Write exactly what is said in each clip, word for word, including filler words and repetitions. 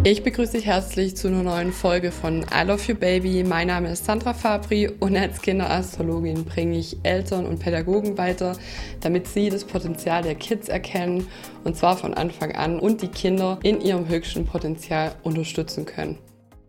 Ich begrüße dich herzlich zu einer neuen Folge von I Love You Baby. Mein Name ist Sandra Fabri und als Kinderastrologin bringe ich Eltern und Pädagogen weiter, damit sie das Potenzial der Kids erkennen und zwar von Anfang an und die Kinder in ihrem höchsten Potenzial unterstützen können.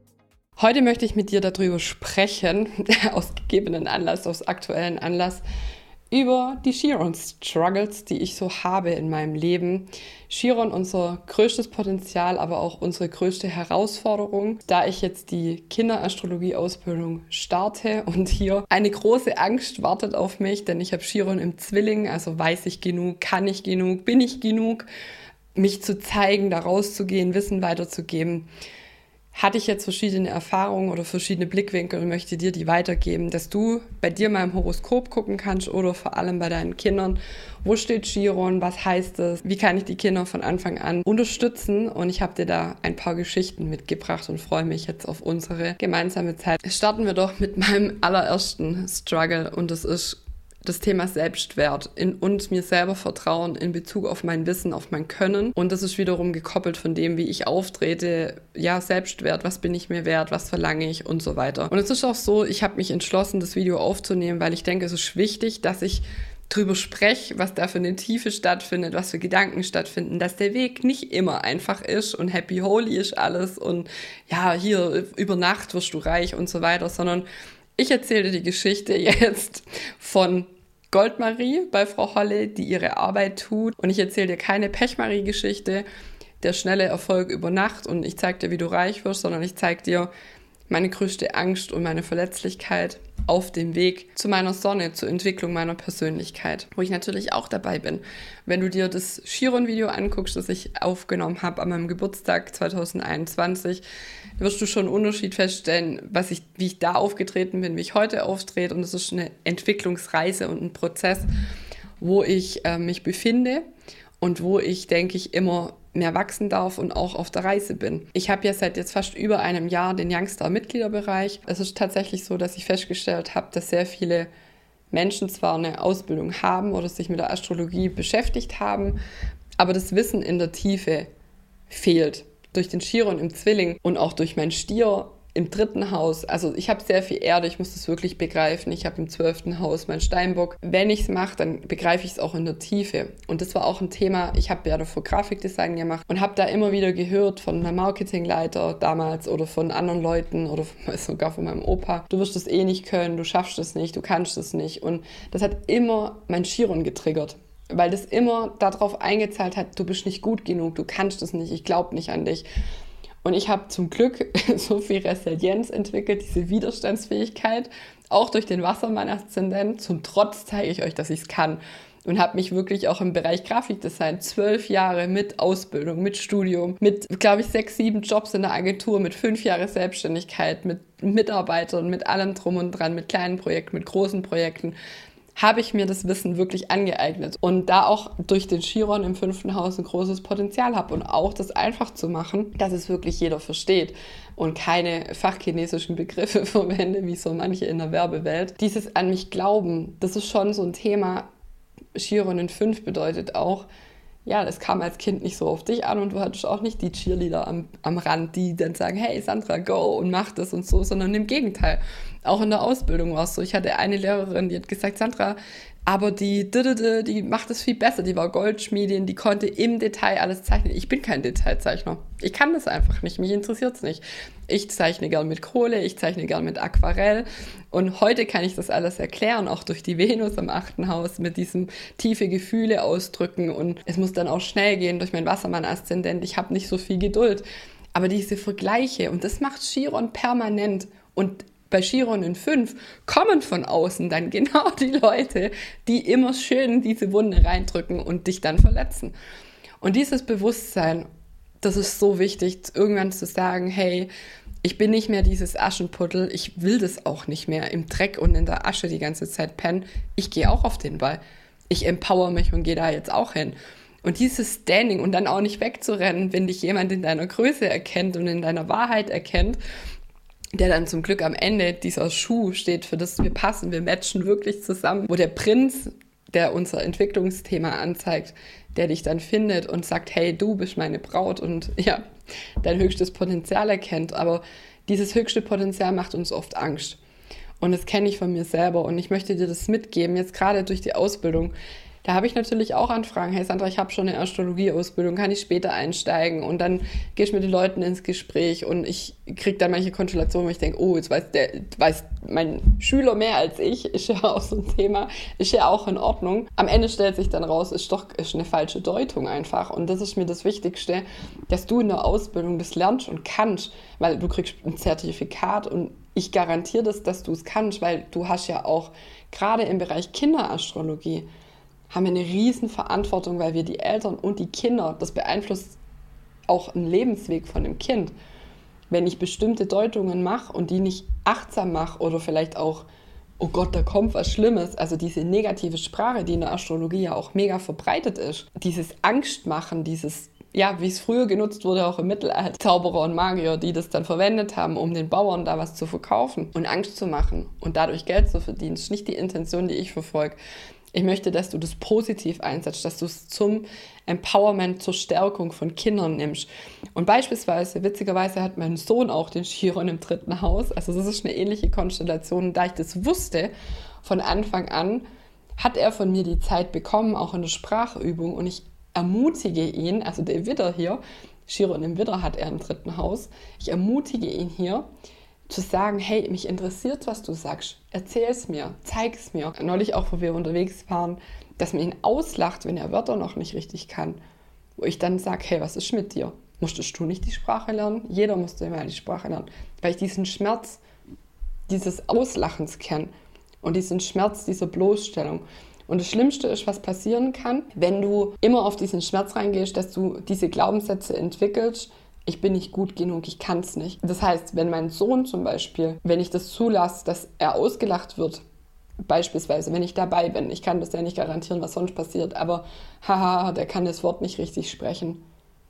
Heute möchte ich mit dir darüber sprechen, aus gegebenen Anlass, aus aktuellen Anlass, über die Chiron-Struggles, die ich so habe in meinem Leben. Chiron, unser größtes Potenzial, aber auch unsere größte Herausforderung, da ich jetzt die Kinderastrologie-Ausbildung starte und hier eine große Angst wartet auf mich, denn ich habe Chiron im Zwilling, also weiß ich genug, kann ich genug, bin ich genug, mich zu zeigen, da rauszugehen, Wissen weiterzugeben. Hatte ich jetzt verschiedene Erfahrungen oder verschiedene Blickwinkel und möchte dir die weitergeben, dass du bei dir mal im Horoskop gucken kannst oder vor allem bei deinen Kindern, wo steht Chiron, was heißt es, wie kann ich die Kinder von Anfang an unterstützen, und ich habe dir da ein paar Geschichten mitgebracht und freue mich jetzt auf unsere gemeinsame Zeit. Starten wir doch mit meinem allerersten Struggle, und das ist das Thema Selbstwert in und mir selber vertrauen in Bezug auf mein Wissen, auf mein Können. Und das ist wiederum gekoppelt von dem, wie ich auftrete. Ja, Selbstwert, was bin ich mir wert, was verlange ich und so weiter. Und es ist auch so, ich habe mich entschlossen, das Video aufzunehmen, weil ich denke, es ist wichtig, dass ich drüber spreche, was da für eine Tiefe stattfindet, was für Gedanken stattfinden, dass der Weg nicht immer einfach ist und happy holy ist alles und ja, hier über Nacht wirst du reich und so weiter, sondern ich erzähle dir die Geschichte jetzt von Goldmarie bei Frau Holle, die ihre Arbeit tut. Und ich erzähle dir keine Pechmarie-Geschichte, der schnelle Erfolg über Nacht und ich zeige dir, wie du reich wirst, sondern ich zeige dir meine größte Angst und meine Verletzlichkeit auf dem Weg zu meiner Sonne, zur Entwicklung meiner Persönlichkeit, wo ich natürlich auch dabei bin. Wenn du dir das Chiron-Video anguckst, das ich aufgenommen habe an meinem Geburtstag zwanzig einundzwanzig, wirst du schon einen Unterschied feststellen, was ich, wie ich da aufgetreten bin, wie ich heute auftrete. Und das ist eine Entwicklungsreise und ein Prozess, wo ich äh, mich befinde und wo ich, denke ich, immer mehr wachsen darf und auch auf der Reise bin. Ich habe ja seit jetzt fast über einem Jahr den Youngstar-Mitgliederbereich. Es ist tatsächlich so, dass ich festgestellt habe, dass sehr viele Menschen zwar eine Ausbildung haben oder sich mit der Astrologie beschäftigt haben, aber das Wissen in der Tiefe fehlt. Durch den Chiron im Zwilling und auch durch meinen Stier im dritten Haus. Also ich habe sehr viel Erde, ich muss das wirklich begreifen. Ich habe im zwölften Haus meinen Steinbock. Wenn ich es mache, dann begreife ich es auch in der Tiefe. Und das war auch ein Thema, ich habe ja davor Grafikdesign gemacht und habe da immer wieder gehört von einem Marketingleiter damals oder von anderen Leuten oder sogar von meinem Opa, du wirst es eh nicht können, du schaffst es nicht, du kannst es nicht. Und das hat immer mein Chiron getriggert. Weil das immer darauf eingezahlt hat, du bist nicht gut genug, du kannst es nicht, ich glaube nicht an dich. Und ich habe zum Glück so viel Resilienz entwickelt, diese Widerstandsfähigkeit, auch durch den Wassermann-Aszendent. Zum Trotz zeige ich euch, dass ich es kann. Und habe mich wirklich auch im Bereich Grafikdesign zwölf Jahre mit Ausbildung, mit Studium, mit, glaube ich, sechs, sieben Jobs in der Agentur, mit fünf Jahre Selbstständigkeit, mit Mitarbeitern, mit allem drum und dran, mit kleinen Projekten, mit großen Projekten, habe ich mir das Wissen wirklich angeeignet und da auch durch den Chiron im fünften Haus ein großes Potenzial habe und auch das einfach zu machen, dass es wirklich jeder versteht und keine fachchinesischen Begriffe verwende, wie so manche in der Werbewelt. Dieses an mich glauben, das ist schon so ein Thema. Chiron in fünf bedeutet auch, ja, das kam als Kind nicht so auf dich an und du hattest auch nicht die Cheerleader am, am Rand, die dann sagen, hey Sandra, go und mach das und so, sondern im Gegenteil. Auch in der Ausbildung war es so. Ich hatte eine Lehrerin, die hat gesagt, Sandra, aber die, die, die macht es viel besser. Die war Goldschmiedin, die konnte im Detail alles zeichnen. Ich bin kein Detailzeichner. Ich kann das einfach nicht. Mich interessiert es nicht. Ich zeichne gern mit Kohle, ich zeichne gern mit Aquarell. Und heute kann ich das alles erklären, auch durch die Venus am achten Haus, mit diesem tiefe Gefühle ausdrücken. Und es muss dann auch schnell gehen durch meinen Wassermann-Aszendent. Ich habe nicht so viel Geduld. Aber diese Vergleiche, und das macht Chiron permanent. Und bei Chiron in fünf kommen von außen dann genau die Leute, die immer schön diese Wunde reindrücken und dich dann verletzen. Und dieses Bewusstsein, das ist so wichtig, irgendwann zu sagen, hey, ich bin nicht mehr dieses Aschenputtel, ich will das auch nicht mehr im Dreck und in der Asche die ganze Zeit pennen. Ich gehe auch auf den Ball. Ich empower mich und gehe da jetzt auch hin. Und dieses Standing und dann auch nicht wegzurennen, wenn dich jemand in deiner Größe erkennt und in deiner Wahrheit erkennt, der dann zum Glück am Ende dieser Schuh steht, für das wir passen, wir matchen wirklich zusammen, wo der Prinz, der unser Entwicklungsthema anzeigt, der dich dann findet und sagt, hey, du bist meine Braut und ja, dein höchstes Potenzial erkennt. Aber dieses höchste Potenzial macht uns oft Angst. Und das kenne ich von mir selber. Und ich möchte dir das mitgeben, jetzt gerade durch die Ausbildung. Da habe ich natürlich auch Anfragen. Hey Sandra, ich habe schon eine Astrologie-Ausbildung, kann ich später einsteigen? Und dann gehe ich mit den Leuten ins Gespräch und ich kriege dann manche Konstellationen, wo ich denke, oh, jetzt weiß, der, weiß mein Schüler mehr als ich. Ist ja auch so ein Thema, ist ja auch in Ordnung. Am Ende stellt sich dann raus, ist doch ist eine falsche Deutung einfach. Und das ist mir das Wichtigste, dass du in der Ausbildung das lernst und kannst, weil du kriegst ein Zertifikat und ich garantiere das, dass du es kannst, weil du hast ja auch gerade im Bereich Kinderastrologie haben wir eine riesen Verantwortung, weil wir die Eltern und die Kinder, das beeinflusst auch einen Lebensweg von dem Kind. Wenn ich bestimmte Deutungen mache und die nicht achtsam mache oder vielleicht auch, oh Gott, da kommt was Schlimmes, also diese negative Sprache, die in der Astrologie ja auch mega verbreitet ist, dieses Angstmachen, dieses, ja, wie es früher genutzt wurde, auch im Mittelalter, Zauberer und Magier, die das dann verwendet haben, um den Bauern da was zu verkaufen und Angst zu machen und dadurch Geld zu verdienen, das ist nicht die Intention, die ich verfolge. Ich möchte, dass du das positiv einsetzt, dass du es zum Empowerment, zur Stärkung von Kindern nimmst. Und beispielsweise, witzigerweise hat mein Sohn auch den Chiron im dritten Haus. Also das ist eine ähnliche Konstellation. Und da ich das wusste von Anfang an, hat er von mir die Zeit bekommen, auch in der Sprachübung. Und ich ermutige ihn, also der Widder hier, Chiron im Widder hat er im dritten Haus, ich ermutige ihn hier, zu sagen, hey, mich interessiert, was du sagst, erzähl es mir, zeig es mir. Neulich auch, wo wir unterwegs waren, dass man ihn auslacht, wenn er Wörter noch nicht richtig kann. Wo ich dann sage, hey, was ist mit dir? Musstest du nicht die Sprache lernen? Jeder musste immer die Sprache lernen. Weil ich diesen Schmerz dieses Auslachens kenne und diesen Schmerz dieser Bloßstellung. Und das Schlimmste ist, was passieren kann, wenn du immer auf diesen Schmerz reingehst, dass du diese Glaubenssätze entwickelst, ich bin nicht gut genug, ich kann es nicht. Das heißt, wenn mein Sohn zum Beispiel, wenn ich das zulasse, dass er ausgelacht wird, beispielsweise, wenn ich dabei bin, ich kann das ja nicht garantieren, was sonst passiert, aber haha, der kann das Wort nicht richtig sprechen.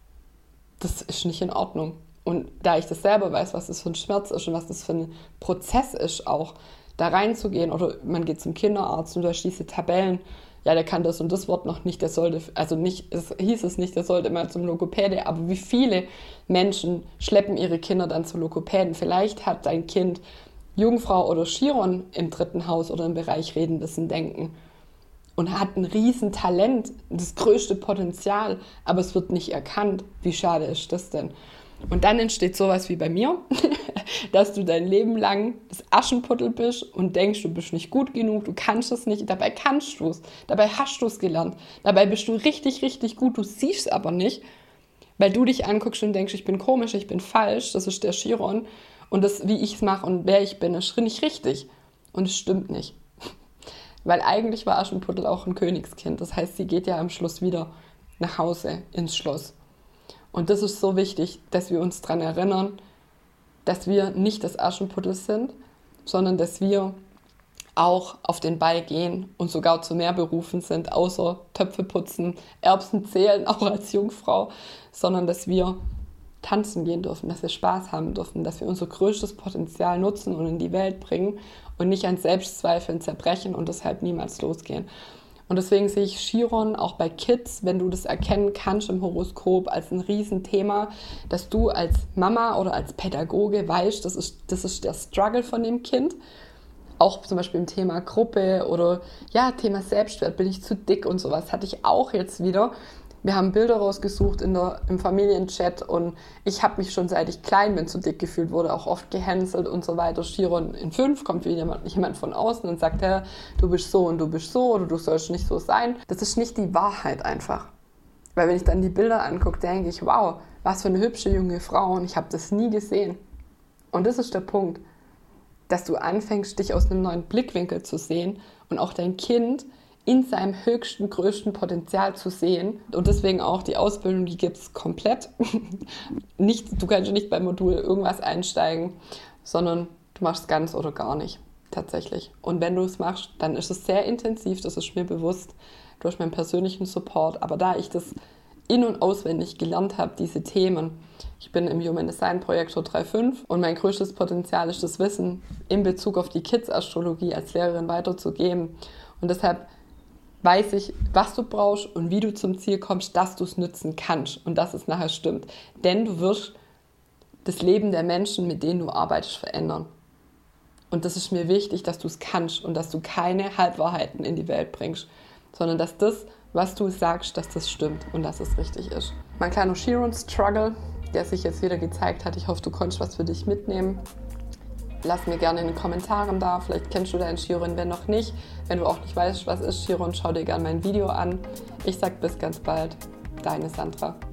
Das ist nicht in Ordnung. Und da ich das selber weiß, was das für ein Schmerz ist und was das für ein Prozess ist, auch da reinzugehen, oder man geht zum Kinderarzt und da diese Tabellen, ja, der kann das und das Wort noch nicht, der sollte, also nicht, es hieß es nicht, der sollte mal zum Logopäde, aber wie viele Menschen schleppen ihre Kinder dann zu Logopäden? Vielleicht hat dein Kind Jungfrau oder Chiron im dritten Haus oder im Bereich Reden, Wissen, Denken und hat ein riesen Talent, das größte Potenzial, aber es wird nicht erkannt. Wie schade ist das denn? Und dann entsteht sowas wie bei mir, dass du dein Leben lang das Aschenputtel bist und denkst, du bist nicht gut genug, du kannst es nicht, dabei kannst du es, dabei hast du es gelernt, dabei bist du richtig, richtig gut, du siehst es aber nicht, weil du dich anguckst und denkst, ich bin komisch, ich bin falsch, das ist der Chiron und das, wie ich es mache und wer ich bin, ist nicht richtig und es stimmt nicht. Weil eigentlich war Aschenputtel auch ein Königskind, das heißt, sie geht ja am Schluss wieder nach Hause ins Schloss. Und das ist so wichtig, dass wir uns daran erinnern, dass wir nicht das Aschenputtel sind, sondern dass wir auch auf den Ball gehen und sogar zu mehr Berufen sind, außer Töpfe putzen, Erbsen zählen, auch als Jungfrau, sondern dass wir tanzen gehen dürfen, dass wir Spaß haben dürfen, dass wir unser größtes Potenzial nutzen und in die Welt bringen und nicht an Selbstzweifeln zerbrechen und deshalb niemals losgehen. Und deswegen sehe ich Chiron auch bei Kids, wenn du das erkennen kannst im Horoskop, als ein Riesenthema, dass du als Mama oder als Pädagoge weißt, das ist, das ist der Struggle von dem Kind. Auch zum Beispiel im Thema Gruppe oder ja, Thema Selbstwert, bin ich zu dick und sowas, hatte ich auch jetzt wieder. Wir haben Bilder rausgesucht in der, im Familienchat und ich habe mich schon, seit ich klein bin, zu dick gefühlt, wurde auch oft gehänselt und so weiter. Chiron in fünf kommt wieder jemand, jemand von außen und sagt, hey, du bist so und du bist so oder du sollst nicht so sein. Das ist nicht die Wahrheit einfach. Weil wenn ich dann die Bilder angucke, denke ich, wow, was für eine hübsche junge Frau und ich habe das nie gesehen. Und das ist der Punkt, dass du anfängst, dich aus einem neuen Blickwinkel zu sehen und auch dein Kind in seinem höchsten, größten Potenzial zu sehen. Und deswegen auch die Ausbildung, die gibt es komplett. Nicht, du kannst nicht beim Modul irgendwas einsteigen, sondern du machst ganz oder gar nicht, tatsächlich. Und wenn du es machst, dann ist es sehr intensiv, das ist mir bewusst, durch meinen persönlichen Support. Aber da ich das in- und auswendig gelernt habe, diese Themen, ich bin im Human Design Projektor drei Punkt fünf und mein größtes Potenzial ist das Wissen in Bezug auf die Kids-Astrologie als Lehrerin weiterzugeben. Und deshalb weiß ich, was du brauchst und wie du zum Ziel kommst, dass du es nützen kannst und dass es nachher stimmt. Denn du wirst das Leben der Menschen, mit denen du arbeitest, verändern. Und das ist mir wichtig, dass du es kannst und dass du keine Halbwahrheiten in die Welt bringst, sondern dass das, was du sagst, dass das stimmt und dass es richtig ist. Mein kleiner Chiron-Struggle, der sich jetzt wieder gezeigt hat. Ich hoffe, du konntest was für dich mitnehmen. Lass mir gerne in den Kommentaren da. Vielleicht kennst du deinen Chiron, wenn noch nicht. Wenn du auch nicht weißt, was ist Chiron, schau dir gerne mein Video an. Ich sag bis ganz bald. Deine Sandra.